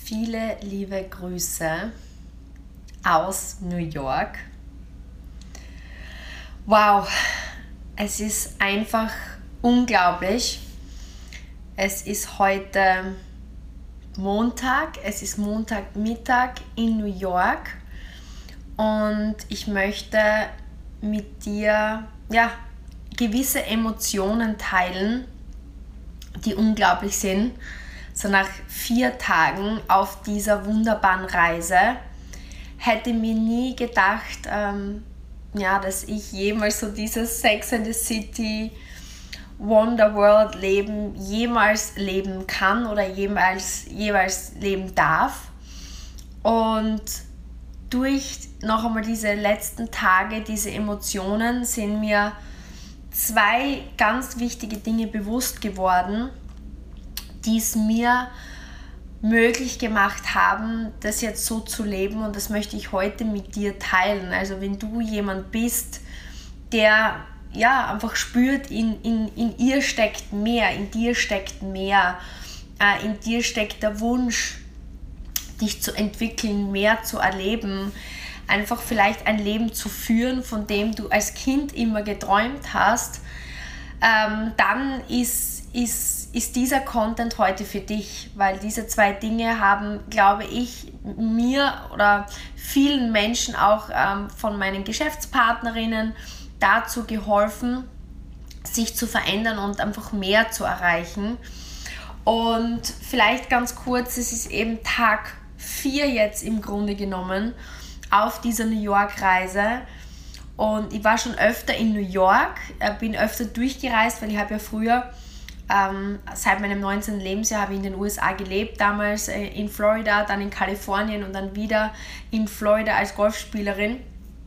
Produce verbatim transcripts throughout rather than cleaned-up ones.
Viele liebe Grüße aus New York. Wow, es ist einfach unglaublich. Es ist heute Montag, es ist Montagmittag in New York und ich möchte mit dir ja, gewisse Emotionen teilen, die unglaublich sind. So nach vier Tagen auf dieser wunderbaren Reise hätte mir nie gedacht, ähm, ja, dass ich jemals so dieses Sex and the City Wonderworld Leben jemals leben kann oder jemals, jeweils leben darf. Und durch noch einmal diese letzten Tage, diese Emotionen, sind mir zwei ganz wichtige Dinge bewusst geworden, die es mir möglich gemacht haben, das jetzt so zu leben, und das möchte ich heute mit dir teilen. Also wenn du jemand bist, der ja einfach spürt, in, in, in ihr steckt mehr, in dir steckt mehr, äh, in dir steckt der Wunsch, dich zu entwickeln, mehr zu erleben, einfach vielleicht ein Leben zu führen, von dem du als Kind immer geträumt hast, ähm, dann ist, ist, ist dieser Content heute für dich, weil diese zwei Dinge haben, glaube ich, mir oder vielen Menschen auch ähm, von meinen Geschäftspartnerinnen dazu geholfen, sich zu verändern und einfach mehr zu erreichen. Und vielleicht ganz kurz, es ist eben Tag vier jetzt im Grunde genommen auf dieser New York-Reise. Und ich war schon öfter in New York, bin öfter durchgereist, weil ich habe ja früher, ähm, seit meinem neunzehnten Lebensjahr habe ich in den U S A gelebt, damals äh, in Florida, dann in Kalifornien und dann wieder in Florida als Golfspielerin.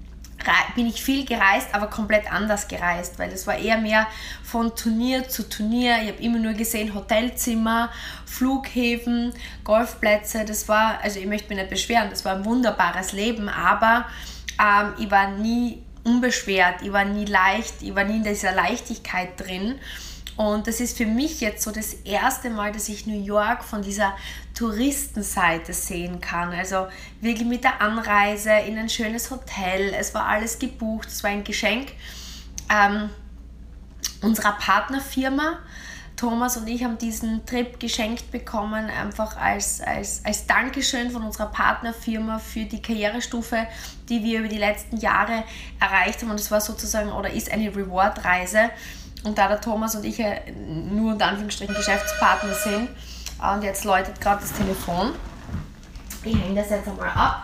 Bin ich viel gereist, aber komplett anders gereist, weil es war eher mehr von Turnier zu Turnier. Ich habe immer nur gesehen Hotelzimmer, Flughäfen, Golfplätze. Das war, also ich möchte mich nicht beschweren, das war ein wunderbares Leben, aber ähm, ich war nie unbeschwert, ich war nie leicht, ich war nie in dieser Leichtigkeit drin. Und das ist für mich jetzt so das erste Mal, dass ich New York von dieser Touristenseite sehen kann. Also wirklich mit der Anreise in ein schönes Hotel. Es war alles gebucht, es war ein Geschenk ähm, unserer Partnerfirma. Thomas und ich haben diesen Trip geschenkt bekommen, einfach als, als, als Dankeschön von unserer Partnerfirma für die Karrierestufe, die wir über die letzten Jahre erreicht haben. Und es war sozusagen oder ist eine Reward-Reise. Und da der Thomas und ich ja nur unter Anführungsstrichen Geschäftspartner sind, und jetzt läutet gerade das Telefon. Ich hänge das jetzt einmal ab.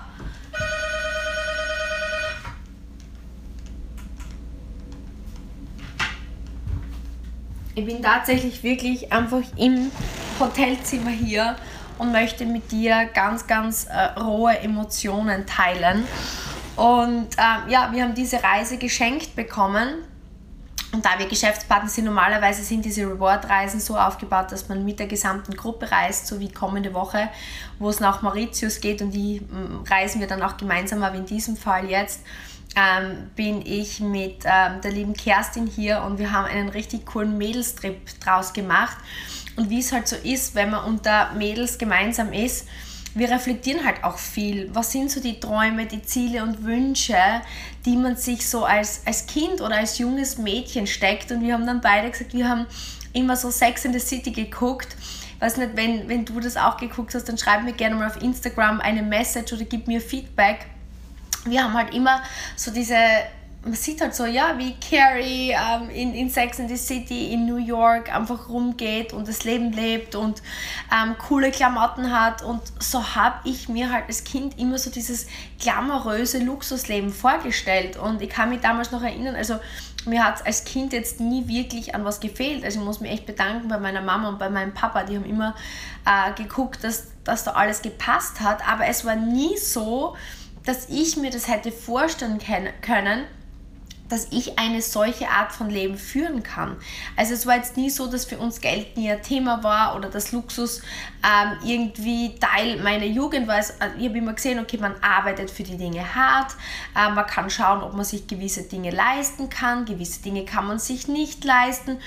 Ich bin tatsächlich wirklich einfach im Hotelzimmer hier und möchte mit dir ganz, ganz äh, rohe Emotionen teilen. Und äh, ja, wir haben diese Reise geschenkt bekommen. Und da wir Geschäftspartner sind, normalerweise sind diese Reward-Reisen so aufgebaut, dass man mit der gesamten Gruppe reist, so wie kommende Woche, wo es nach Mauritius geht, und die m, reisen wir dann auch gemeinsam, aber in diesem Fall jetzt ähm, bin ich mit ähm, der lieben Kerstin hier und wir haben einen richtig coolen Mädelstrip draus gemacht. Und wie es halt so ist, wenn man unter Mädels gemeinsam ist, wir reflektieren halt auch viel. Was sind so die Träume, die Ziele und Wünsche, die man sich so als, als Kind oder als junges Mädchen steckt? Und wir haben dann beide gesagt, wir haben immer so Sex and the City geguckt. Ich weiß nicht, wenn, wenn du das auch geguckt hast, dann schreib mir gerne mal auf Instagram eine Message oder gib mir Feedback. Wir haben halt immer so diese, man sieht halt so, ja, wie Carrie ähm, in, in Sex and the City in New York einfach rumgeht und das Leben lebt und ähm, coole Klamotten hat, und so habe ich mir halt als Kind immer so dieses glamouröse Luxusleben vorgestellt. Und ich kann mich damals noch erinnern, also mir hat es als Kind jetzt nie wirklich an was gefehlt. Also ich muss mich echt bedanken bei meiner Mama und bei meinem Papa, die haben immer äh, geguckt, dass, dass da alles gepasst hat, aber es war nie so, dass ich mir das hätte vorstellen können, dass ich eine solche Art von Leben führen kann. Also es war jetzt nie so, dass für uns Geld nie ein Thema war oder dass Luxus ähm, irgendwie Teil meiner Jugend war. Also, ich habe immer gesehen, okay, man arbeitet für die Dinge hart, äh, man kann schauen, ob man sich gewisse Dinge leisten kann, gewisse Dinge kann man sich nicht leisten.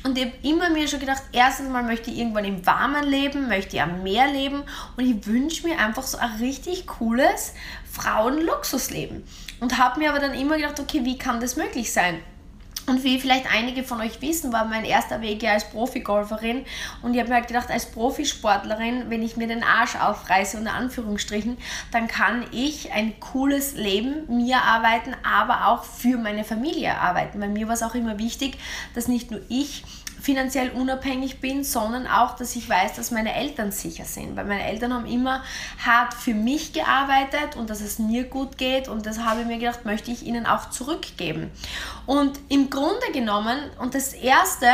Und ich habe immer mir schon gedacht, erstens mal möchte ich irgendwann im Warmen leben, möchte ich am Meer leben und ich wünsche mir einfach so ein richtig cooles Frauenluxusleben. Und habe mir aber dann immer gedacht, okay, wie kann das möglich sein? Und wie vielleicht einige von euch wissen, war mein erster Weg ja als Profigolferin und ich habe mir halt gedacht, als Profisportlerin, wenn ich mir den Arsch aufreiße, unter Anführungsstrichen, dann kann ich ein cooles Leben mir arbeiten, aber auch für meine Familie arbeiten. Bei mir war es auch immer wichtig, dass nicht nur ich finanziell unabhängig bin, sondern auch, dass ich weiß, dass meine Eltern sicher sind. Weil meine Eltern haben immer hart für mich gearbeitet und dass es mir gut geht und das habe ich mir gedacht, möchte ich ihnen auch zurückgeben. Und im Grunde genommen, und das Erste,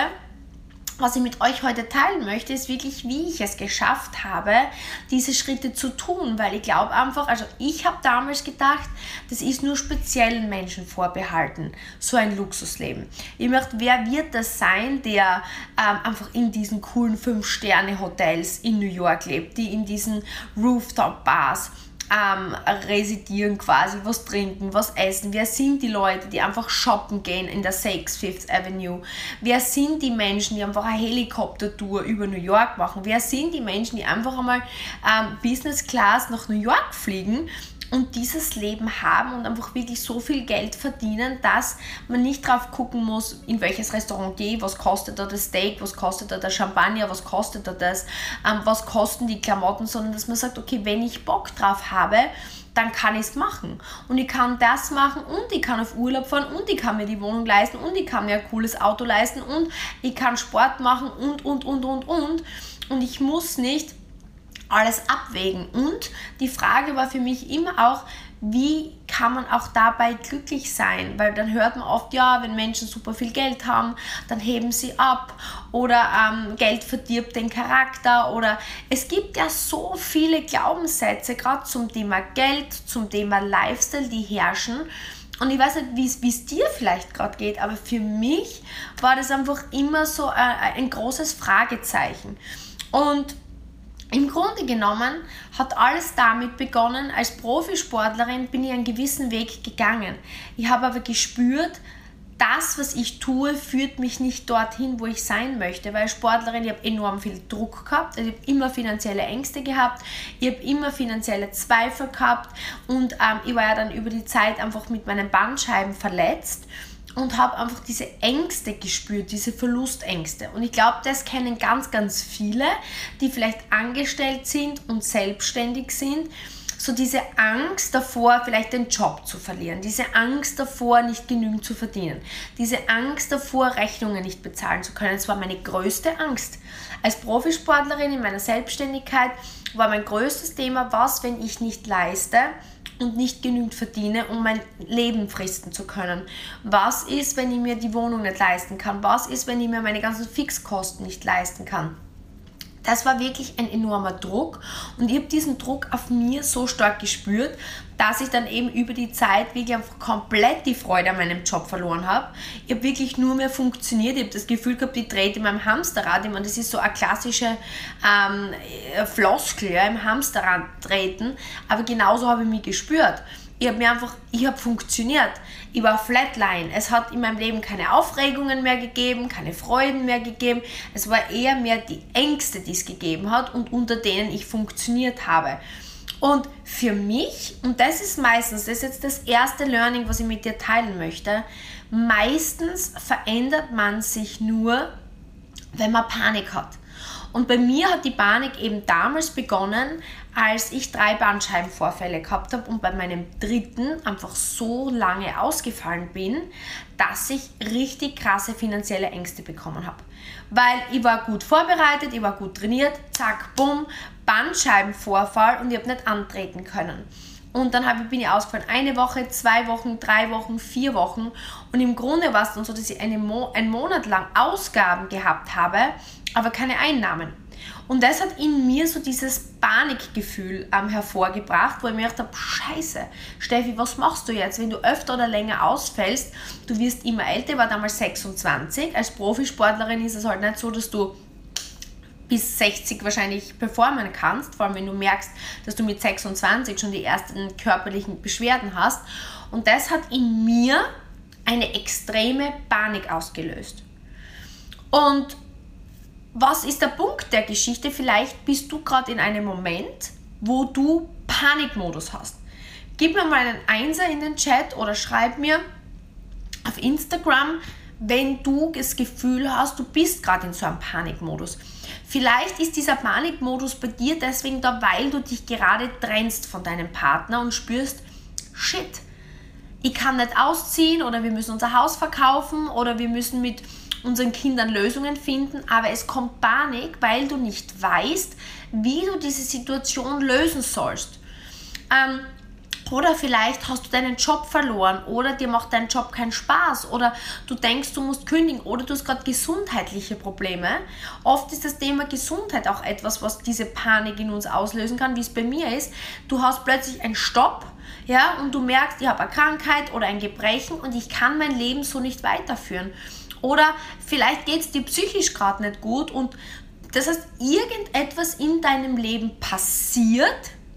was ich mit euch heute teilen möchte, ist wirklich, wie ich es geschafft habe, diese Schritte zu tun, weil ich glaube einfach, also ich habe damals gedacht, das ist nur speziellen Menschen vorbehalten, so ein Luxusleben. Ich möchte, wer wird das sein, der ähm, einfach in diesen coolen fünf Sterne Hotels in New York lebt, die in diesen Rooftop-Bars Ähm, residieren quasi, was trinken, was essen. Wer sind die Leute, die einfach shoppen gehen in der Saks Fifth Avenue? Wer sind die Menschen, die einfach eine Helikoptertour über New York machen? Wer sind die Menschen, die einfach einmal ähm, Business Class nach New York fliegen und dieses Leben haben und einfach wirklich so viel Geld verdienen, dass man nicht drauf gucken muss, in welches Restaurant gehe ich, was kostet da das Steak, was kostet da der Champagner, was kostet da das, ähm, was kosten die Klamotten, sondern dass man sagt, okay, wenn ich Bock drauf habe, dann kann ich es machen. Und ich kann das machen und ich kann auf Urlaub fahren und ich kann mir die Wohnung leisten und ich kann mir ein cooles Auto leisten und ich kann Sport machen und, und, und, und, und. Und ich muss nicht alles abwägen. Und die Frage war für mich immer auch, wie kann man auch dabei glücklich sein? Weil dann hört man oft, ja, wenn Menschen super viel Geld haben, dann heben sie ab oder ähm, Geld verdirbt den Charakter oder es gibt ja so viele Glaubenssätze, gerade zum Thema Geld, zum Thema Lifestyle, die herrschen. Und ich weiß nicht, wie es dir vielleicht gerade geht, aber für mich war das einfach immer so äh, ein großes Fragezeichen. Und im Grunde genommen hat alles damit begonnen, als Profisportlerin bin ich einen gewissen Weg gegangen. Ich habe aber gespürt, das, was ich tue, führt mich nicht dorthin, wo ich sein möchte. Weil als Sportlerin, ich habe enorm viel Druck gehabt, ich habe immer finanzielle Ängste gehabt, ich habe immer finanzielle Zweifel gehabt und ähm, ich war ja dann über die Zeit einfach mit meinen Bandscheiben verletzt. Und habe einfach diese Ängste gespürt, diese Verlustängste. Und ich glaube, das kennen ganz, ganz viele, die vielleicht angestellt sind und selbstständig sind. So diese Angst davor, vielleicht den Job zu verlieren. Diese Angst davor, nicht genügend zu verdienen. Diese Angst davor, Rechnungen nicht bezahlen zu können. Das war meine größte Angst. Als Profisportlerin in meiner Selbstständigkeit war mein größtes Thema, was, wenn ich nicht leiste und nicht genügend verdiene, um mein Leben fristen zu können. Was ist, wenn ich mir die Wohnung nicht leisten kann? Was ist, wenn ich mir meine ganzen Fixkosten nicht leisten kann? Das war wirklich ein enormer Druck und ich habe diesen Druck auf mir so stark gespürt, dass ich dann eben über die Zeit wirklich einfach komplett die Freude an meinem Job verloren habe. Ich habe wirklich nur mehr funktioniert, ich habe das Gefühl gehabt, ich drehe in meinem Hamsterrad. Ich meine, das ist so eine klassische ähm, Floskel, ja, im Hamsterrad treten, aber genauso habe ich mich gespürt. Ich habe mir einfach, ich habe funktioniert. Ich war flatline. Es hat in meinem Leben keine Aufregungen mehr gegeben, keine Freuden mehr gegeben. Es war eher mehr die Ängste, die es gegeben hat und unter denen ich funktioniert habe. Und für mich, und das ist meistens, das ist jetzt das erste Learning, was ich mit dir teilen möchte, meistens verändert man sich nur, wenn man Panik hat. Und bei mir hat die Panik eben damals begonnen, als ich drei Bandscheibenvorfälle gehabt habe und bei meinem dritten einfach so lange ausgefallen bin, dass ich richtig krasse finanzielle Ängste bekommen habe. Weil ich war gut vorbereitet, ich war gut trainiert, zack, bumm, Bandscheibenvorfall und ich habe nicht antreten können. Und dann habe, bin ich ausgefallen, eine Woche, zwei Wochen, drei Wochen, vier Wochen. Und im Grunde war es dann so, dass ich eine Mo- einen Monat lang Ausgaben gehabt habe, aber keine Einnahmen. Und das hat in mir so dieses Panikgefühl ähm, hervorgebracht, wo ich mir gedacht habe, scheiße, Steffi, was machst du jetzt, wenn du öfter oder länger ausfällst? Du wirst immer älter, ich war damals sechsundzwanzig. Als Profisportlerin ist es halt nicht so, dass du bis sechzig wahrscheinlich performen kannst, vor allem wenn du merkst, dass du mit sechsundzwanzig schon die ersten körperlichen Beschwerden hast. Und das hat in mir eine extreme Panik ausgelöst. Und was ist der Punkt der Geschichte? Vielleicht bist du gerade in einem Moment, wo du Panikmodus hast. Gib mir mal einen Einser in den Chat oder schreib mir auf Instagram, wenn du das Gefühl hast, du bist gerade in so einem Panikmodus. Vielleicht ist dieser Panikmodus bei dir deswegen da, weil du dich gerade trennst von deinem Partner und spürst, shit, ich kann nicht ausziehen oder wir müssen unser Haus verkaufen oder wir müssen mit unseren Kindern Lösungen finden, aber es kommt Panik, weil du nicht weißt, wie du diese Situation lösen sollst. Ähm, Oder vielleicht hast du deinen Job verloren oder dir macht dein Job keinen Spaß oder du denkst, du musst kündigen oder du hast gerade gesundheitliche Probleme. Oft ist das Thema Gesundheit auch etwas, was diese Panik in uns auslösen kann, wie es bei mir ist. Du hast plötzlich einen Stopp, ja, und du merkst, ich habe eine Krankheit oder ein Gebrechen und ich kann mein Leben so nicht weiterführen. Oder vielleicht geht es dir psychisch gerade nicht gut und das heißt, irgendetwas in deinem Leben passiert,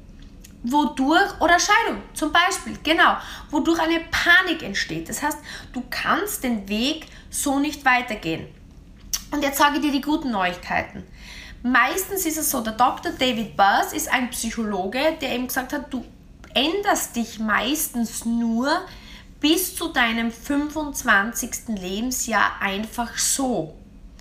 wodurch, oder Scheidung zum Beispiel, genau, wodurch eine Panik entsteht. Das heißt, du kannst den Weg so nicht weitergehen. Und jetzt sage ich dir die guten Neuigkeiten. Meistens ist es so, der Doktor David Buzz ist ein Psychologe, der eben gesagt hat, du änderst dich meistens nur bis zu deinem fünfundzwanzigsten Lebensjahr einfach so.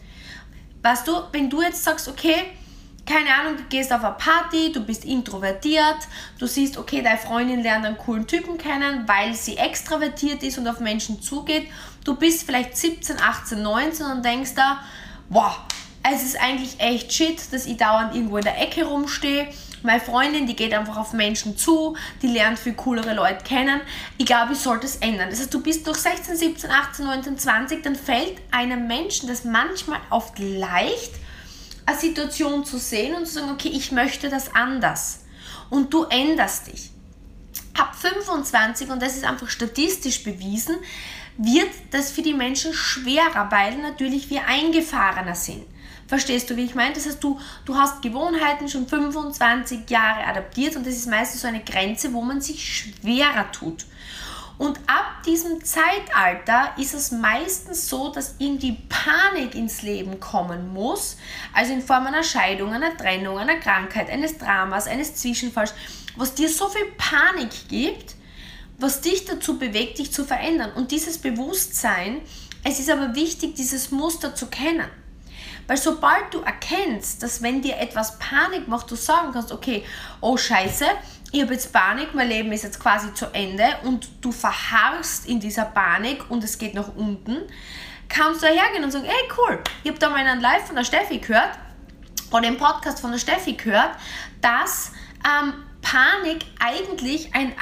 Weißt du, wenn du jetzt sagst, okay, keine Ahnung, du gehst auf eine Party, du bist introvertiert, du siehst, okay, deine Freundin lernt einen coolen Typen kennen, weil sie extravertiert ist und auf Menschen zugeht. Du bist vielleicht siebzehn, achtzehn, neunzehn und denkst da, wow, es ist eigentlich echt shit, dass ich dauernd irgendwo in der Ecke rumstehe. Meine Freundin, die geht einfach auf Menschen zu, die lernt viel coolere Leute kennen. Ich glaube, ich sollte es ändern. Das heißt, du bist durch sechzehn, siebzehn, achtzehn, neunzehn, zwanzig, dann fällt einem Menschen das manchmal oft leicht, eine Situation zu sehen und zu sagen, okay, ich möchte das anders. Und du änderst dich. Ab fünfundzwanzig, und das ist einfach statistisch bewiesen, wird das für die Menschen schwerer, weil natürlich wir eingefahrener sind. Verstehst du, wie ich meine? Das heißt, du, du hast Gewohnheiten schon fünfundzwanzig Jahre adaptiert und das ist meistens so eine Grenze, wo man sich schwerer tut. Und ab diesem Zeitalter ist es meistens so, dass irgendwie Panik ins Leben kommen muss, also in Form einer Scheidung, einer Trennung, einer Krankheit, eines Dramas, eines Zwischenfalls, was dir so viel Panik gibt, was dich dazu bewegt, dich zu verändern. Und dieses Bewusstsein, es ist aber wichtig, dieses Muster zu kennen. Weil sobald du erkennst, dass wenn dir etwas Panik macht, du sagen kannst, okay, oh Scheiße, ich habe jetzt Panik, mein Leben ist jetzt quasi zu Ende und du verharrst in dieser Panik und es geht nach unten, kannst du hergehen und sagen, hey cool, ich habe da mal einen Live von der Steffi gehört oder im Podcast von der Steffi gehört, dass ähm, Panik eigentlich ein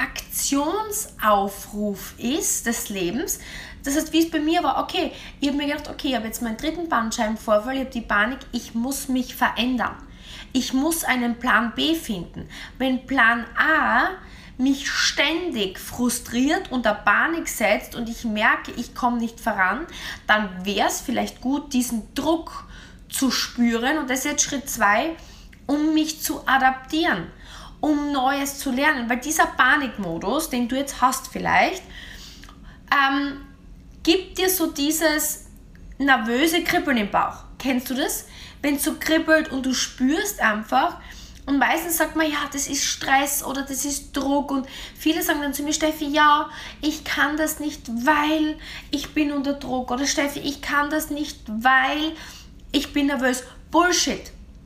Aktionsaufruf ist des Lebens. Das heißt, wie es bei mir war, okay, ich habe mir gedacht, okay, ich habe jetzt meinen dritten Bandscheibenvorfall, ich habe die Panik, ich muss mich verändern. Ich muss einen Plan B finden. Wenn Plan A mich ständig frustriert, unter Panik setzt und ich merke, ich komme nicht voran, dann wäre es vielleicht gut, diesen Druck zu spüren. Und das ist jetzt Schritt zwei, um mich zu adaptieren, um Neues zu lernen. Weil dieser Panikmodus, den du jetzt hast vielleicht, ähm, gibt dir so dieses nervöse Kribbeln im Bauch. Kennst du das? Wenn es so kribbelt und du spürst einfach, und meistens sagt man, ja, das ist Stress oder das ist Druck und viele sagen dann zu mir, Steffi, ja, ich kann das nicht, weil ich bin unter Druck oder Steffi, ich kann das nicht, weil ich bin nervös. Bullshit.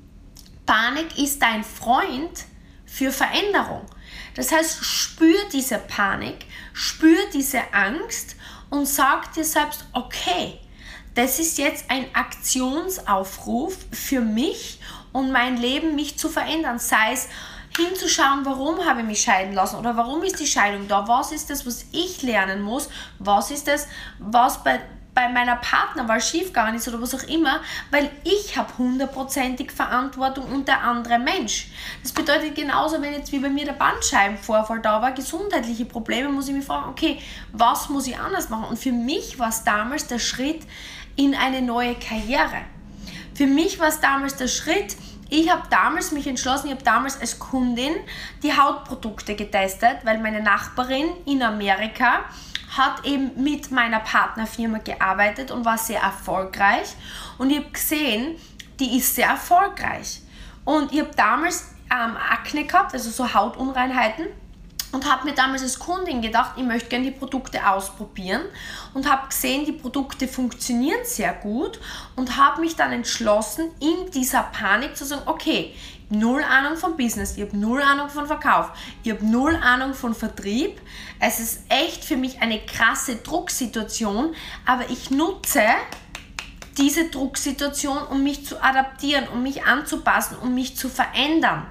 Panik ist dein Freund für Veränderung. Das heißt, spür diese Panik, spür diese Angst und sag dir selbst, okay, das ist jetzt ein Aktionsaufruf für mich und mein Leben, mich zu verändern. Sei es hinzuschauen, warum habe ich mich scheiden lassen oder warum ist die Scheidung da? Was ist das, was ich lernen muss? Was ist das, was bei, bei meiner Partnerwahl schiefgegangen ist oder was auch immer? Weil ich habe hundertprozentig Verantwortung und der andere Mensch. Das bedeutet genauso, wenn jetzt wie bei mir der Bandscheibenvorfall da war, gesundheitliche Probleme, muss ich mich fragen, okay, was muss ich anders machen? Und für mich war es damals der Schritt in eine neue Karriere. Für mich war es damals der Schritt, Ich habe damals mich entschlossen, ich habe damals als Kundin die Hautprodukte getestet, weil meine Nachbarin in Amerika hat eben mit meiner Partnerfirma gearbeitet und war sehr erfolgreich. Und ich habe gesehen, die ist sehr erfolgreich. Und ich habe damals ähm, Akne gehabt, also so Hautunreinheiten. Und habe mir damals als Kundin gedacht, ich möchte gerne die Produkte ausprobieren und habe gesehen, die Produkte funktionieren sehr gut und habe mich dann entschlossen, in dieser Panik zu sagen, okay, null Ahnung von Business, ich habe null Ahnung von Verkauf, ich habe null Ahnung von Vertrieb. Es ist echt für mich eine krasse Drucksituation, aber ich nutze diese Drucksituation, um mich zu adaptieren, um mich anzupassen, um mich zu verändern.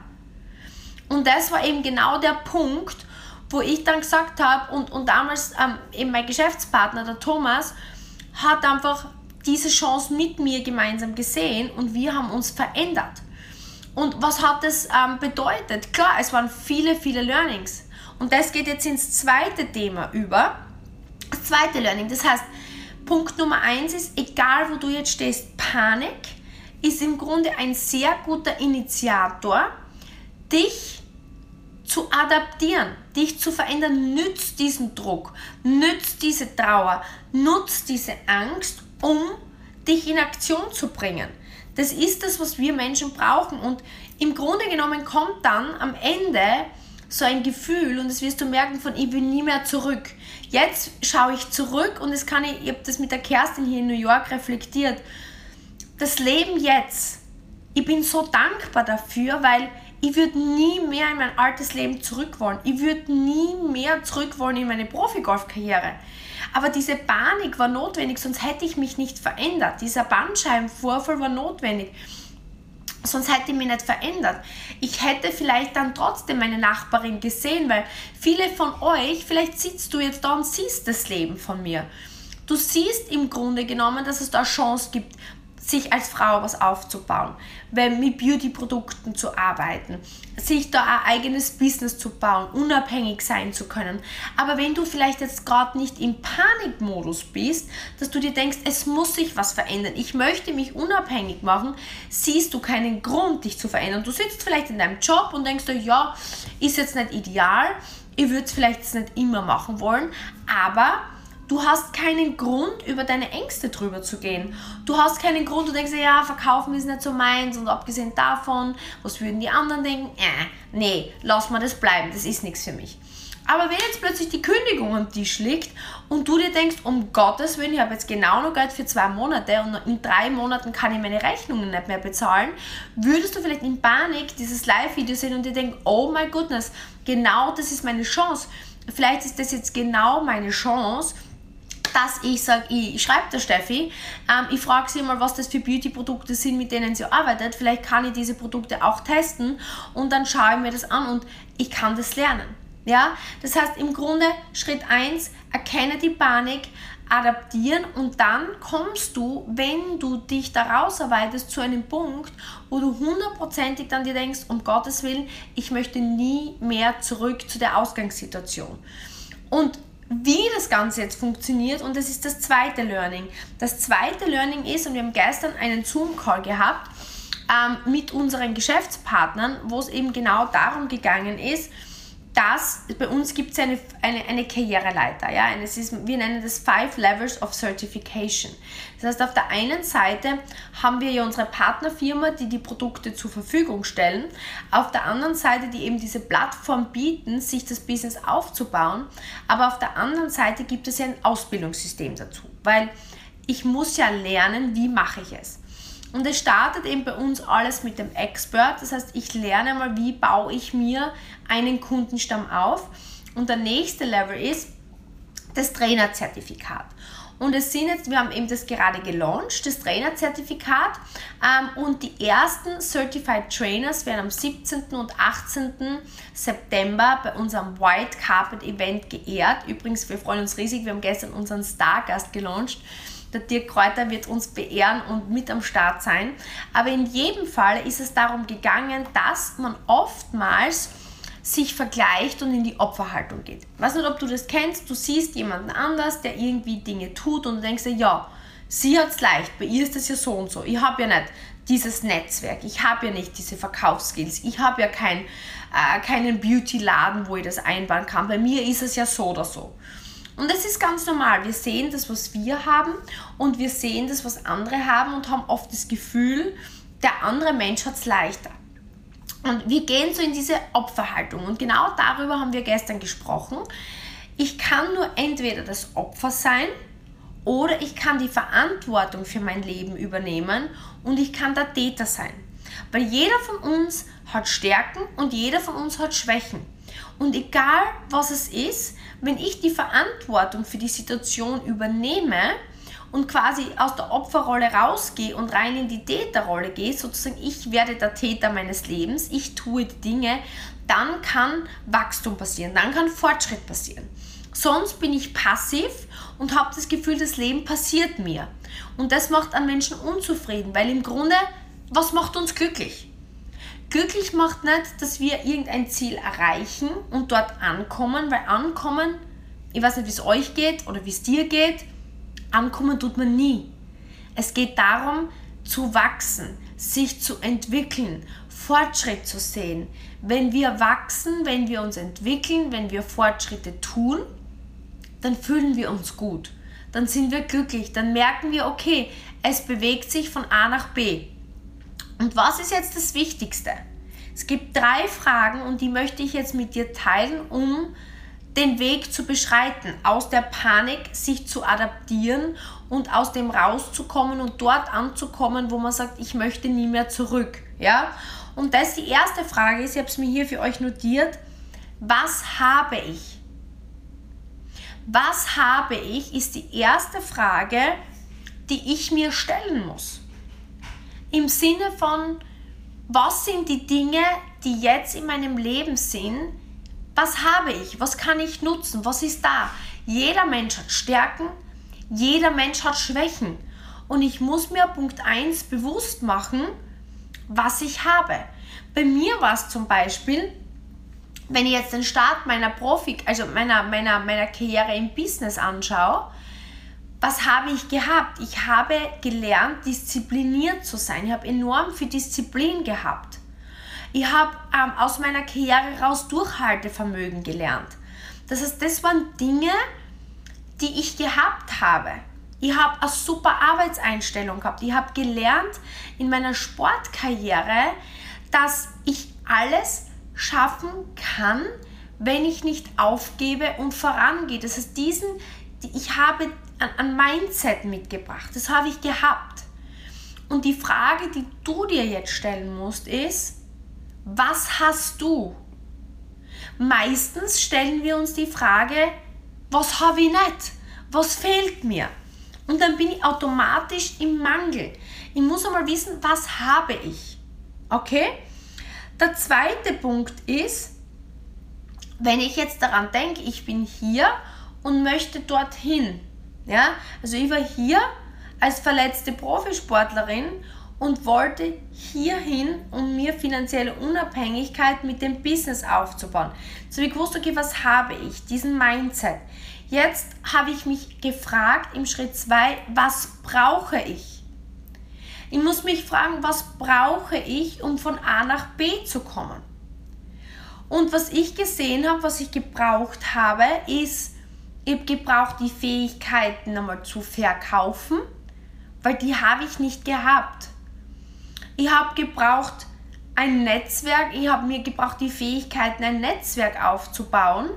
Und das war eben genau der Punkt, wo ich dann gesagt habe, und, und damals ähm, eben mein Geschäftspartner, der Thomas, hat einfach diese Chance mit mir gemeinsam gesehen und wir haben uns verändert. Und was hat das ähm, bedeutet? Klar, es waren viele, viele Learnings. Und das geht jetzt ins zweite Thema über. Das zweite Learning, das heißt, Punkt Nummer eins ist, egal wo du jetzt stehst, Panik ist im Grunde ein sehr guter Initiator, dich zu adaptieren, dich zu verändern. Nützt diesen Druck, nützt diese Trauer, nutzt diese Angst, um dich in Aktion zu bringen. Das ist das, was wir Menschen brauchen. Und im Grunde genommen kommt dann am Ende so ein Gefühl, und das wirst du merken, von ich will nie mehr zurück. Jetzt schaue ich zurück und das kann ich, ich habe das mit der Kerstin hier in New York reflektiert. Das Leben jetzt, ich bin so dankbar dafür, weil ich würde nie mehr in mein altes Leben zurück wollen. Ich würde nie mehr zurück wollen in meine Profi-Golf-Karriere. Aber diese Panik war notwendig, sonst hätte ich mich nicht verändert. Dieser Bandscheibenvorfall war notwendig, sonst hätte ich mich nicht verändert. Ich hätte vielleicht dann trotzdem meine Nachbarin gesehen, weil viele von euch, vielleicht sitzt du jetzt da und siehst das Leben von mir. Du siehst im Grunde genommen, dass es da eine Chance gibt, sich als Frau was aufzubauen, weil mit Beauty-Produkten zu arbeiten, sich da ein eigenes Business zu bauen, unabhängig sein zu können. Aber wenn du vielleicht jetzt gerade nicht im Panikmodus bist, dass du dir denkst, es muss sich was verändern, ich möchte mich unabhängig machen, siehst du keinen Grund, dich zu verändern. Du sitzt vielleicht in deinem Job und denkst dir, ja, ist jetzt nicht ideal, ich würde es vielleicht jetzt nicht immer machen wollen, aber du hast keinen Grund, über deine Ängste drüber zu gehen. Du hast keinen Grund, du denkst, ja, verkaufen ist nicht so meins und abgesehen davon, was würden die anderen denken? Äh, nee, lass mal das bleiben, das ist nichts für mich. Aber wenn jetzt plötzlich die Kündigung am Tisch liegt und du dir denkst, um Gottes Willen, ich habe jetzt genau noch Geld für zwei Monate und in drei Monaten kann ich meine Rechnungen nicht mehr bezahlen, würdest du vielleicht in Panik dieses Live-Video sehen und dir denken, oh my goodness, genau das ist meine Chance. Vielleicht ist das jetzt genau meine Chance, dass ich sage, ich schreibe der Steffi, ähm, ich frage sie mal, was das für Beauty-Produkte sind, mit denen sie arbeitet. Vielleicht kann ich diese Produkte auch testen und dann schaue ich mir das an und ich kann das lernen. Ja? Das heißt, im Grunde Schritt eins, erkenne die Panik, adaptieren und dann kommst du, wenn du dich da rausarbeitest, zu einem Punkt, wo du hundertprozentig dann dir denkst, um Gottes Willen, ich möchte nie mehr zurück zu der Ausgangssituation. Und wie das Ganze jetzt funktioniert, und das ist das zweite Learning. Das zweite Learning ist, und wir haben gestern einen Zoom-Call gehabt ähm, mit unseren Geschäftspartnern, wo es eben genau darum gegangen ist, dass bei uns gibt es eine, eine, eine Karriereleiter. Ja? Es ist, wir nennen das Five Levels of Certification. Das heißt, auf der einen Seite haben wir ja unsere Partnerfirma, die die Produkte zur Verfügung stellen. Auf der anderen Seite, die eben diese Plattform bieten, sich das Business aufzubauen. Aber auf der anderen Seite gibt es ja ein Ausbildungssystem dazu. Weil ich muss ja lernen, wie mache ich es. Und es startet eben bei uns alles mit dem Expert. Das heißt, ich lerne mal, wie baue ich mir einen Kundenstamm auf. Und der nächste Level ist das Trainerzertifikat. Und es sind jetzt, wir haben eben das gerade gelauncht, das Trainerzertifikat. Ähm, und die ersten Certified Trainers werden am siebzehnten und achtzehnten September bei unserem White Carpet Event geehrt. Übrigens, wir freuen uns riesig, wir haben gestern unseren Stargast gelauncht. Der Dirk Kräuter wird uns beehren und mit am Start sein. Aber in jedem Fall ist es darum gegangen, dass man oftmals sich vergleicht und in die Opferhaltung geht. Ich weiß nicht, ob du das kennst, du siehst jemanden anders, der irgendwie Dinge tut und du denkst dir, ja, sie hat es leicht, bei ihr ist das ja so und so. Ich habe ja nicht dieses Netzwerk. Ich habe ja nicht diese Verkaufsskills. Ich habe ja kein, äh, keinen Beauty-Laden, wo ich das einbauen kann. Bei mir ist es ja so oder so. Und das ist ganz normal. Wir sehen das, was wir haben und wir sehen das, was andere haben und haben oft das Gefühl, der andere Mensch hat es leichter. Und wir gehen so in diese Opferhaltung. Und genau darüber haben wir gestern gesprochen. Ich kann nur entweder das Opfer sein oder ich kann die Verantwortung für mein Leben übernehmen und ich kann der Täter sein. Weil jeder von uns hat Stärken und jeder von uns hat Schwächen. Und egal was es ist, wenn ich die Verantwortung für die Situation übernehme und quasi aus der Opferrolle rausgehe und rein in die Täterrolle gehe, sozusagen ich werde der Täter meines Lebens, ich tue die Dinge, dann kann Wachstum passieren, dann kann Fortschritt passieren. Sonst bin ich passiv und habe das Gefühl, das Leben passiert mir. Und das macht einen Menschen unzufrieden, weil im Grunde, was macht uns glücklich? Glücklich macht nicht, dass wir irgendein Ziel erreichen und dort ankommen, weil ankommen, ich weiß nicht, wie es euch geht oder wie es dir geht, ankommen tut man nie. Es geht darum, zu wachsen, sich zu entwickeln, Fortschritt zu sehen. Wenn wir wachsen, wenn wir uns entwickeln, wenn wir Fortschritte tun, dann fühlen wir uns gut. Dann sind wir glücklich, dann merken wir, okay, es bewegt sich von A nach B. Und was ist jetzt das Wichtigste? Es gibt drei Fragen und die möchte ich jetzt mit dir teilen, um den Weg zu beschreiten, aus der Panik sich zu adaptieren und aus dem rauszukommen und dort anzukommen, wo man sagt, ich möchte nie mehr zurück. Ja? Und das ist die erste Frage, ich habe es mir hier für euch notiert, was habe ich? Was habe ich, ist die erste Frage, die ich mir stellen muss. Im Sinne von, was sind die Dinge, die jetzt in meinem Leben sind? Was habe ich? Was kann ich nutzen? Was ist da? Jeder Mensch hat Stärken, jeder Mensch hat Schwächen. Und ich muss mir Punkt eins bewusst machen, was ich habe. Bei mir war es zum Beispiel, wenn ich jetzt den Start meiner Profi, also meiner, meiner, meiner Karriere im Business anschaue, was habe ich gehabt? Ich habe gelernt, diszipliniert zu sein. Ich habe enorm viel Disziplin gehabt. Ich habe ähm, aus meiner Karriere raus Durchhaltevermögen gelernt. Das heißt, das waren Dinge, die ich gehabt habe. Ich habe eine super Arbeitseinstellung gehabt. Ich habe gelernt in meiner Sportkarriere, dass ich alles schaffen kann, wenn ich nicht aufgebe und vorangehe. Das heißt, diesen, ich habe ein Mindset mitgebracht. Das habe ich gehabt. Und die Frage, die du dir jetzt stellen musst, ist, was hast du? Meistens stellen wir uns die Frage, was habe ich nicht? Was fehlt mir? Und dann bin ich automatisch im Mangel. Ich muss einmal wissen, was habe ich? Okay? Der zweite Punkt ist, wenn ich jetzt daran denke, ich bin hier und möchte dorthin. Ja? Also ich war hier als verletzte Profisportlerin und wollte hierhin, um mir finanzielle Unabhängigkeit mit dem Business aufzubauen. So wie ich gewusst, okay, was habe ich? Diesen Mindset. Jetzt habe ich mich gefragt im Schritt zwei, was brauche ich? Ich muss mich fragen, was brauche ich, um von A nach B zu kommen? Und was ich gesehen habe, was ich gebraucht habe, ist, ich habe gebraucht, die Fähigkeiten einmal zu verkaufen, weil die habe ich nicht gehabt. Ich habe gebraucht ein Netzwerk, ich habe mir gebraucht, die Fähigkeiten, ein Netzwerk aufzubauen.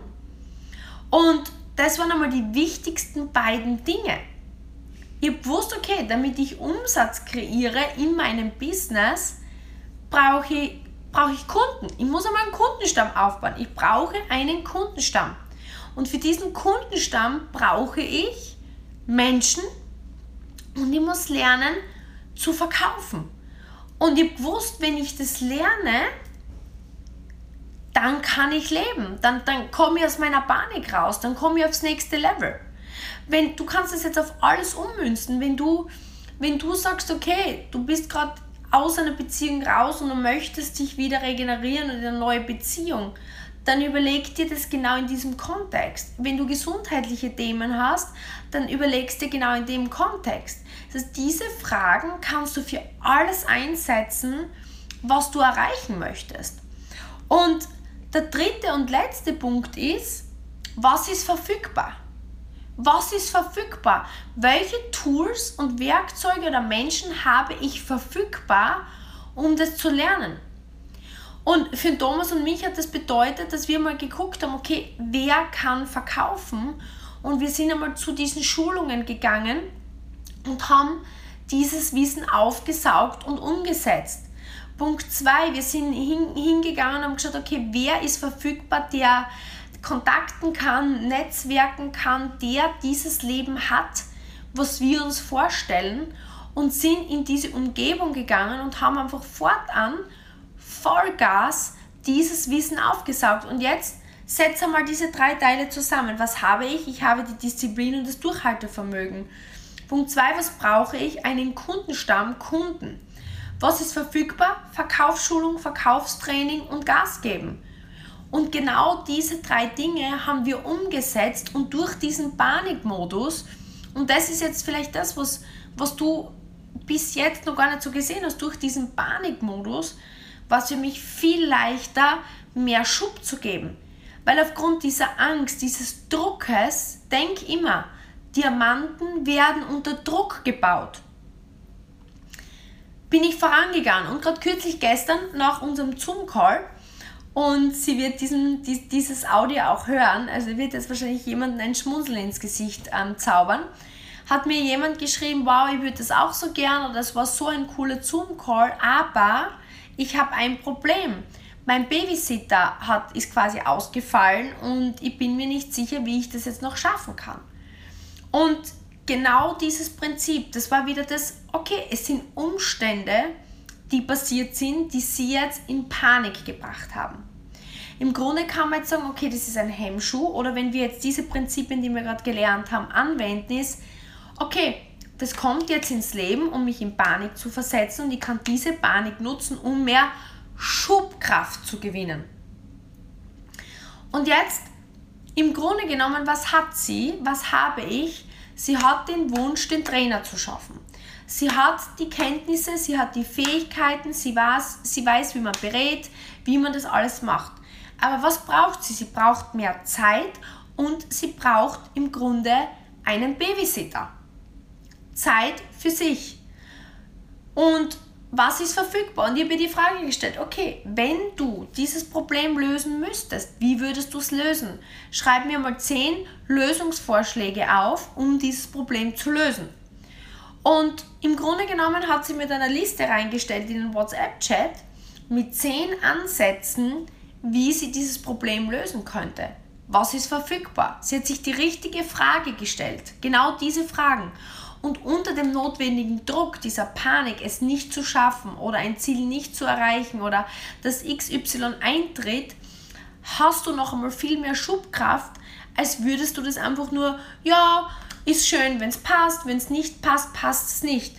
Und das waren einmal die wichtigsten beiden Dinge. Ich habe gewusst, okay, damit ich Umsatz kreiere in meinem Business, brauche ich, brauche ich Kunden. Ich muss einmal einen Kundenstamm aufbauen. Ich brauche einen Kundenstamm. Und für diesen Kundenstamm brauche ich Menschen und ich muss lernen zu verkaufen. Und ich habe gewusst, wenn ich das lerne, dann kann ich leben. Dann, dann komme ich aus meiner Panik raus. Dann komme ich aufs nächste Level. Wenn, du kannst das jetzt auf alles ummünzen. Wenn du, wenn du sagst, okay, du bist gerade aus einer Beziehung raus und du möchtest dich wieder regenerieren und in eine neue Beziehung, dann überleg dir das genau in diesem Kontext. Wenn du gesundheitliche Themen hast, dann überlegst dir genau in dem Kontext. Das heißt, diese Fragen kannst du für alles einsetzen, was du erreichen möchtest. Und der dritte und letzte Punkt ist, was ist verfügbar? Was ist verfügbar? Welche Tools und Werkzeuge oder Menschen habe ich verfügbar, um das zu lernen? Und für Thomas und mich hat das bedeutet, dass wir mal geguckt haben, okay, wer kann verkaufen? Und wir sind einmal zu diesen Schulungen gegangen und haben dieses Wissen aufgesaugt und umgesetzt. Punkt zwei, wir sind hin, hingegangen und haben geschaut, okay, wer ist verfügbar, der kontakten kann, netzwerken kann, der dieses Leben hat, was wir uns vorstellen, und sind in diese Umgebung gegangen und haben einfach fortan Vollgas dieses Wissen aufgesaugt. Und jetzt setze einmal diese drei Teile zusammen. Was habe ich? Ich habe die Disziplin und das Durchhaltevermögen. Punkt zwei, was brauche ich? Einen Kundenstamm, Kunden. Was ist verfügbar? Verkaufsschulung, Verkaufstraining und Gas geben. Und genau diese drei Dinge haben wir umgesetzt und durch diesen Panikmodus, und das ist jetzt vielleicht das, was, was du bis jetzt noch gar nicht so gesehen hast, durch diesen Panikmodus war es für mich viel leichter, mehr Schub zu geben. Weil aufgrund dieser Angst, dieses Druckes, denk immer, Diamanten werden unter Druck gebaut. Bin ich vorangegangen und gerade kürzlich gestern nach unserem Zoom-Call, und sie wird diesen, dies, dieses Audio auch hören, also wird jetzt wahrscheinlich jemandem ein Schmunzeln ins Gesicht ähm, zaubern, hat mir jemand geschrieben, wow, ich würde das auch so gern, oder das war so ein cooler Zoom-Call, aber ich habe ein Problem. Mein Babysitter hat, ist quasi ausgefallen und ich bin mir nicht sicher, wie ich das jetzt noch schaffen kann. Und genau dieses Prinzip, das war wieder das, okay, es sind Umstände, die passiert sind, die sie jetzt in Panik gebracht haben. Im Grunde kann man jetzt sagen, okay, das ist ein Hemmschuh, oder wenn wir jetzt diese Prinzipien, die wir gerade gelernt haben, anwenden, ist, okay, das kommt jetzt ins Leben, um mich in Panik zu versetzen, und ich kann diese Panik nutzen, um mehr Schubkraft zu gewinnen. Und jetzt, im Grunde genommen, was hat sie? Was habe ich? Sie hat den Wunsch, den Trainer zu schaffen. Sie hat die Kenntnisse, sie hat die Fähigkeiten, sie weiß, sie weiß, wie man berät, wie man das alles macht. Aber was braucht sie? Sie braucht mehr Zeit und sie braucht im Grunde einen Babysitter. Zeit für sich. Und was ist verfügbar? Und ich habe mir die Frage gestellt, okay, wenn du dieses Problem lösen müsstest, wie würdest du es lösen? Schreib mir mal zehn Lösungsvorschläge auf, um dieses Problem zu lösen. Und im Grunde genommen hat sie mir dann eine Liste reingestellt in den WhatsApp-Chat mit zehn Ansätzen, wie sie dieses Problem lösen könnte. Was ist verfügbar? Sie hat sich die richtige Frage gestellt, genau diese Fragen. Und unter dem notwendigen Druck dieser Panik, es nicht zu schaffen oder ein Ziel nicht zu erreichen oder dass X Y eintritt, hast du noch einmal viel mehr Schubkraft, als würdest du das einfach nur, ja, ist schön, wenn es passt, wenn es nicht passt, passt es nicht.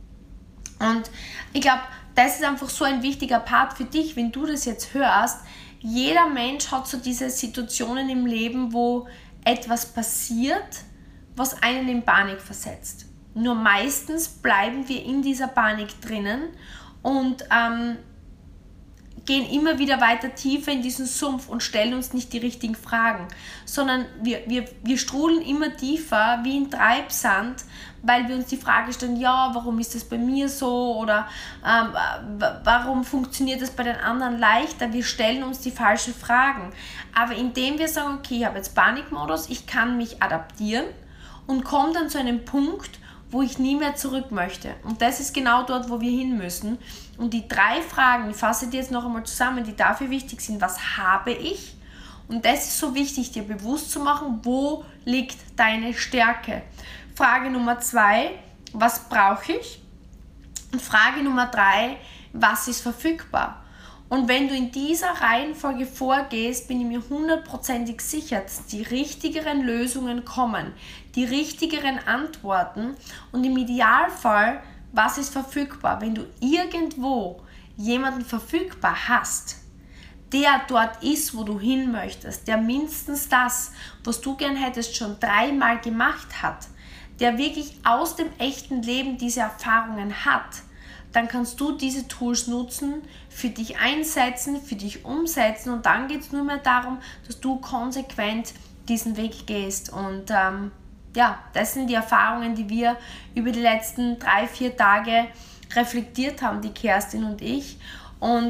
Und ich glaube, das ist einfach so ein wichtiger Part für dich, wenn du das jetzt hörst. Jeder Mensch hat so diese Situationen im Leben, wo etwas passiert, was einen in Panik versetzt. Nur meistens bleiben wir in dieser Panik drinnen und ähm, gehen immer wieder weiter tiefer in diesen Sumpf und stellen uns nicht die richtigen Fragen, sondern wir, wir, wir strudeln immer tiefer wie in Treibsand, weil wir uns die Frage stellen, ja, warum ist das bei mir so, oder ähm, warum funktioniert das bei den anderen leichter? Wir stellen uns die falschen Fragen. Aber indem wir sagen, okay, ich habe jetzt Panikmodus, ich kann mich adaptieren und komme dann zu einem Punkt, wo ich nie mehr zurück möchte. Und das ist genau dort, wo wir hin müssen. Und die drei Fragen, ich fasse die jetzt noch einmal zusammen, die dafür wichtig sind. Was habe ich? Und das ist so wichtig, dir bewusst zu machen, wo liegt deine Stärke? Frage Nummer zwei, was brauche ich? Und Frage Nummer drei, was ist verfügbar? Und wenn du in dieser Reihenfolge vorgehst, bin ich mir hundertprozentig sicher, dass die richtigeren Lösungen kommen, die richtigeren Antworten, und im Idealfall, was ist verfügbar? Wenn du irgendwo jemanden verfügbar hast, der dort ist, wo du hin möchtest, der mindestens das, was du gern hättest, schon dreimal gemacht hat, der wirklich aus dem echten Leben diese Erfahrungen hat, dann kannst du diese Tools nutzen, für dich einsetzen, für dich umsetzen und dann geht es nur mehr darum, dass du konsequent diesen Weg gehst. Und ähm, ja, das sind die Erfahrungen, die wir über die letzten drei, vier Tage reflektiert haben, die Kerstin und ich. Und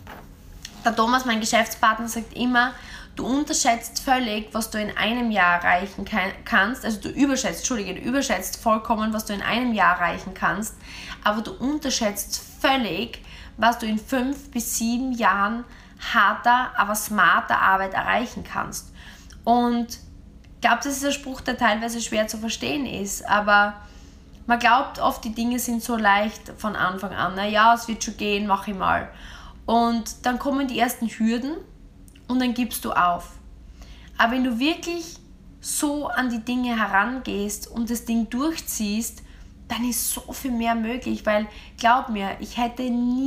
der Thomas, mein Geschäftspartner, sagt immer, du unterschätzt völlig, was du in einem Jahr erreichen kann, kannst. Also du überschätzt, Entschuldige, du überschätzt vollkommen, was du in einem Jahr erreichen kannst. Aber du unterschätzt völlig, was du in fünf bis sieben Jahren harter, aber smarter Arbeit erreichen kannst. Und ich glaube, das ist ein Spruch, der teilweise schwer zu verstehen ist. Aber man glaubt oft, die Dinge sind so leicht von Anfang an. Na ja, es wird schon gehen, mach ich mal. Und dann kommen die ersten Hürden und dann gibst du auf. Aber wenn du wirklich so an die Dinge herangehst und das Ding durchziehst, dann ist so viel mehr möglich, weil glaub mir, ich hätte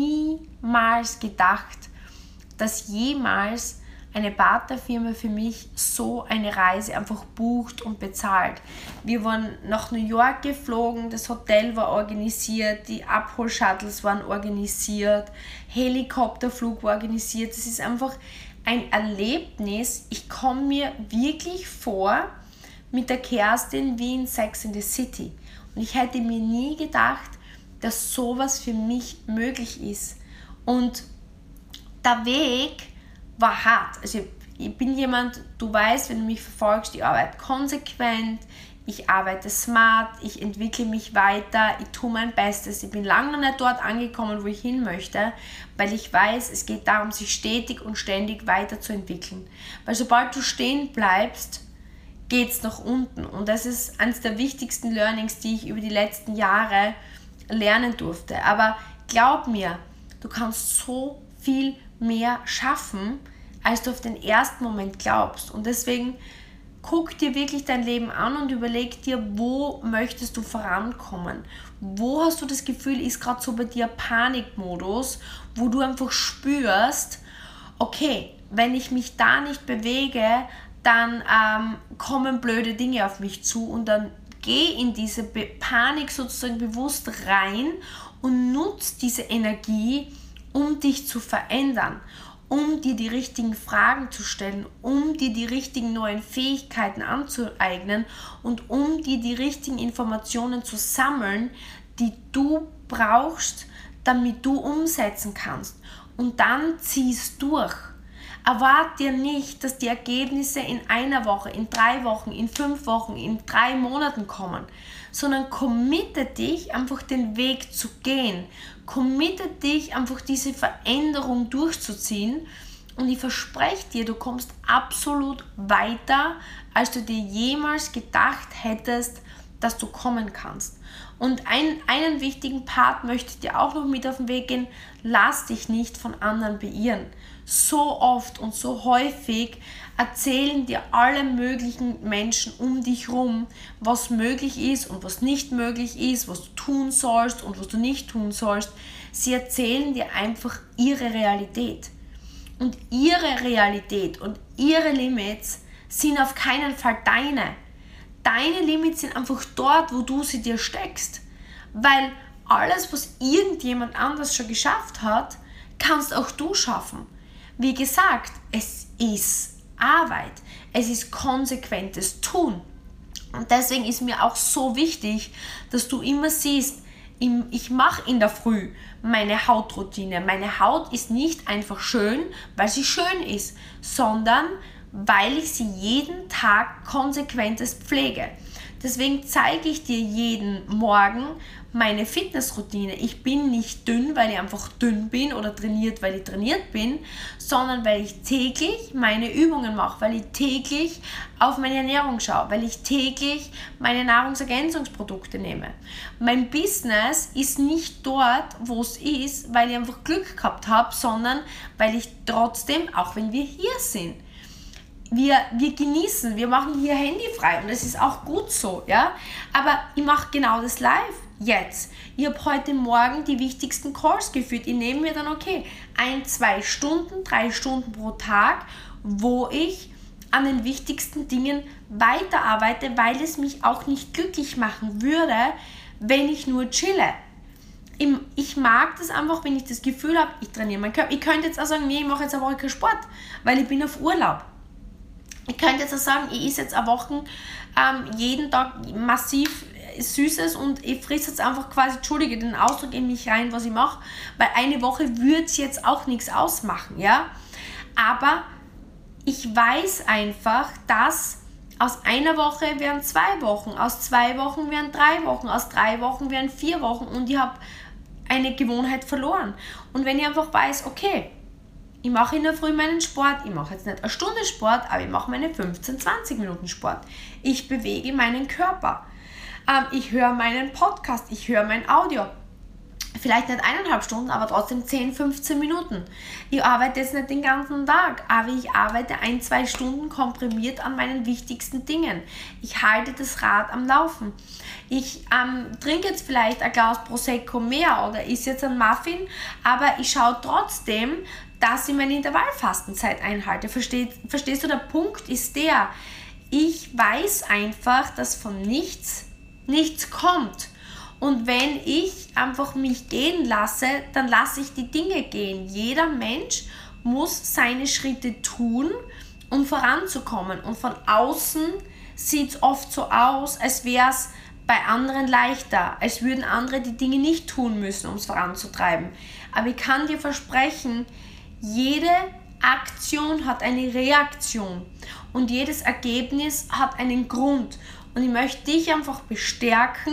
niemals gedacht, dass jemals eine Partnerfirma für mich so eine Reise einfach bucht und bezahlt. Wir waren nach New York geflogen, das Hotel war organisiert, die Abholshuttles waren organisiert, Helikopterflug war organisiert. Das ist einfach ein Erlebnis. Ich komme mir wirklich vor mit der Kerstin wie in Sex in the City. Und ich hätte mir nie gedacht, dass sowas für mich möglich ist. Und der Weg war hart. Also ich bin jemand, du weißt, wenn du mich verfolgst, ich arbeite konsequent, ich arbeite smart, ich entwickle mich weiter, ich tue mein Bestes. Ich bin lange noch nicht dort angekommen, wo ich hin möchte, weil ich weiß, es geht darum, sich stetig und ständig weiterzuentwickeln. Weil sobald du stehen bleibst, geht es nach unten. Und das ist eines der wichtigsten Learnings, die ich über die letzten Jahre lernen durfte. Aber glaub mir, du kannst so viel mehr schaffen, als du auf den ersten Moment glaubst. Und deswegen guck dir wirklich dein Leben an und überleg dir, wo möchtest du vorankommen? Wo hast du das Gefühl, ist gerade so bei dir Panikmodus, wo du einfach spürst, okay, wenn ich mich da nicht bewege, dann ähm, kommen blöde Dinge auf mich zu und dann geh in diese Be- Panik sozusagen bewusst rein und nutz diese Energie, um dich zu verändern, um dir die richtigen Fragen zu stellen, um dir die richtigen neuen Fähigkeiten anzueignen und um dir die richtigen Informationen zu sammeln, die du brauchst, damit du umsetzen kannst. Und dann ziehst durch. Erwarte dir nicht, dass die Ergebnisse in einer Woche, in drei Wochen, in fünf Wochen, in drei Monaten kommen, sondern committe dich, einfach den Weg zu gehen. Committe dich, einfach diese Veränderung durchzuziehen und ich verspreche dir, du kommst absolut weiter, als du dir jemals gedacht hättest, dass du kommen kannst. Und ein, einen wichtigen Part möchte ich dir auch noch mit auf den Weg gehen, lass dich nicht von anderen beirren. So oft und so häufig erzählen dir alle möglichen Menschen um dich rum, was möglich ist und was nicht möglich ist, was du tun sollst und was du nicht tun sollst. Sie erzählen dir einfach ihre Realität. Und ihre Realität und ihre Limits sind auf keinen Fall deine. Deine Limits sind einfach dort, wo du sie dir steckst. Weil alles, was irgendjemand anders schon geschafft hat, kannst auch du schaffen. Wie gesagt, es ist Arbeit. Es ist konsequentes Tun. Und deswegen ist mir auch so wichtig, dass du immer siehst, ich mache in der Früh meine Hautroutine. Meine Haut ist nicht einfach schön, weil sie schön ist, sondern weil ich sie jeden Tag konsequentes pflege. Deswegen zeige ich dir jeden Morgen meine Fitnessroutine. Ich bin nicht dünn, weil ich einfach dünn bin oder trainiert, weil ich trainiert bin, sondern weil ich täglich meine Übungen mache, weil ich täglich auf meine Ernährung schaue, weil ich täglich meine Nahrungsergänzungsprodukte nehme. Mein Business ist nicht dort, wo es ist, weil ich einfach Glück gehabt habe, sondern weil ich trotzdem, auch wenn wir hier sind, Wir, wir genießen, wir machen hier handyfrei und das ist auch gut so, ja. Aber ich mache genau das live. jetzt. Ich habe heute Morgen die wichtigsten Calls geführt. Ich nehme mir dann, okay, ein, zwei Stunden, drei Stunden pro Tag, wo ich an den wichtigsten Dingen weiterarbeite, weil es mich auch nicht glücklich machen würde, wenn ich nur chille. Ich mag das einfach, wenn ich das Gefühl habe, ich trainiere meinen Körper. Ich könnte jetzt auch sagen, nee, ich mache jetzt eine Woche keinen Sport, weil ich bin auf Urlaub. Ich könnte jetzt auch sagen, ich esse jetzt eine Woche ähm, jeden Tag massiv Süßes und ich frisse jetzt einfach quasi, entschuldige den Ausdruck, in mich rein, was ich mache, weil eine Woche würde es jetzt auch nichts ausmachen, ja. Aber ich weiß einfach, dass aus einer Woche werden zwei Wochen, aus zwei Wochen werden drei Wochen, aus drei Wochen werden vier Wochen und ich habe eine Gewohnheit verloren. Und wenn ich einfach weiß, okay, ich mache in der Früh meinen Sport, ich mache jetzt nicht eine Stunde Sport, aber ich mache meine fünfzehn, zwanzig Minuten Sport. Ich bewege meinen Körper. Ähm, ich höre meinen Podcast, ich höre mein Audio. Vielleicht nicht eineinhalb Stunden, aber trotzdem zehn, fünfzehn Minuten. Ich arbeite jetzt nicht den ganzen Tag, aber ich arbeite ein, zwei Stunden komprimiert an meinen wichtigsten Dingen. Ich halte das Rad am Laufen. Ich ähm, trinke jetzt vielleicht ein Glas Prosecco mehr oder esse jetzt einen Muffin, aber ich schaue trotzdem, dass ich meine Intervallfastenzeit einhalte. Verstehst, verstehst du, der Punkt ist der, ich weiß einfach, dass von nichts nichts kommt. Und wenn ich einfach mich gehen lasse, dann lasse ich die Dinge gehen. Jeder Mensch muss seine Schritte tun, um voranzukommen. Und von außen sieht es oft so aus, als wäre es bei anderen leichter, als würden andere die Dinge nicht tun müssen, um es voranzutreiben. Aber ich kann dir versprechen, jede Aktion hat eine Reaktion und jedes Ergebnis hat einen Grund. Und ich möchte dich einfach bestärken,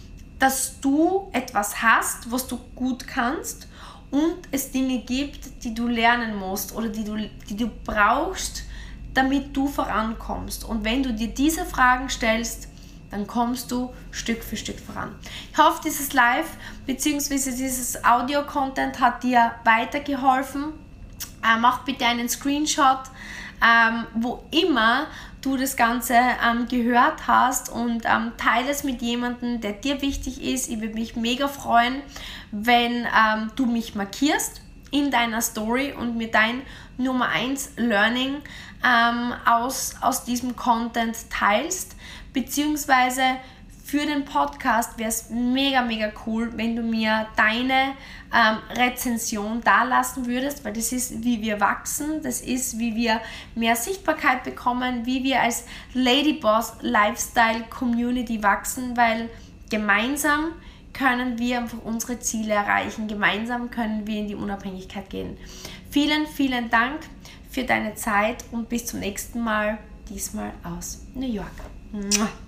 dass du etwas hast, was du gut kannst und es Dinge gibt, die du lernen musst oder die du, die du brauchst, damit du vorankommst. Und wenn du dir diese Fragen stellst, dann kommst du Stück für Stück voran. Ich hoffe, dieses Live bzw. dieses Audio-Content hat dir weitergeholfen. Äh, mach bitte einen Screenshot, ähm, wo immer du das Ganze ähm, gehört hast und ähm, teile es mit jemandem, der dir wichtig ist. Ich würde mich mega freuen, wenn ähm, du mich markierst in deiner Story und mir dein Nummer eins Learning ähm, aus, aus diesem Content teilst, beziehungsweise für den Podcast wäre es mega, mega cool, wenn du mir deine ähm, Rezension dalassen würdest, weil das ist, wie wir wachsen, das ist, wie wir mehr Sichtbarkeit bekommen, wie wir als Ladyboss Lifestyle Community wachsen, weil gemeinsam können wir einfach unsere Ziele erreichen, gemeinsam können wir in die Unabhängigkeit gehen. Vielen, vielen Dank für deine Zeit und bis zum nächsten Mal, diesmal aus New York. Mua.